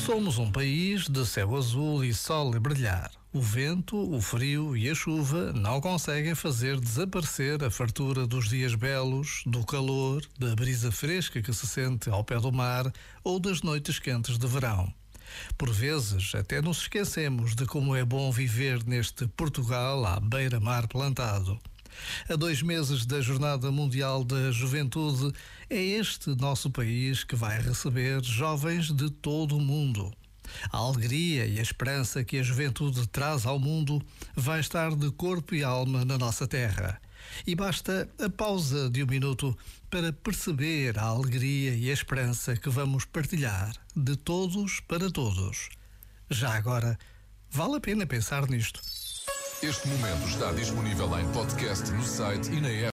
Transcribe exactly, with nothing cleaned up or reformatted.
Somos um país de céu azul e sol a brilhar. O vento, o frio e a chuva não conseguem fazer desaparecer a fartura dos dias belos, do calor, da brisa fresca que se sente ao pé do mar ou das noites quentes de verão. Por vezes, até nos esquecemos de como é bom viver neste Portugal à beira-mar plantado. A dois meses da Jornada Mundial da Juventude, é este nosso país que vai receber jovens de todo o mundo. A alegria e a esperança que a juventude traz ao mundo vai estar de corpo e alma na nossa terra. E basta a pausa de um minuto para perceber a alegria e a esperança que vamos partilhar de todos para todos. Já agora, vale a pena pensar nisto. Este momento está disponível em podcast no site e na app.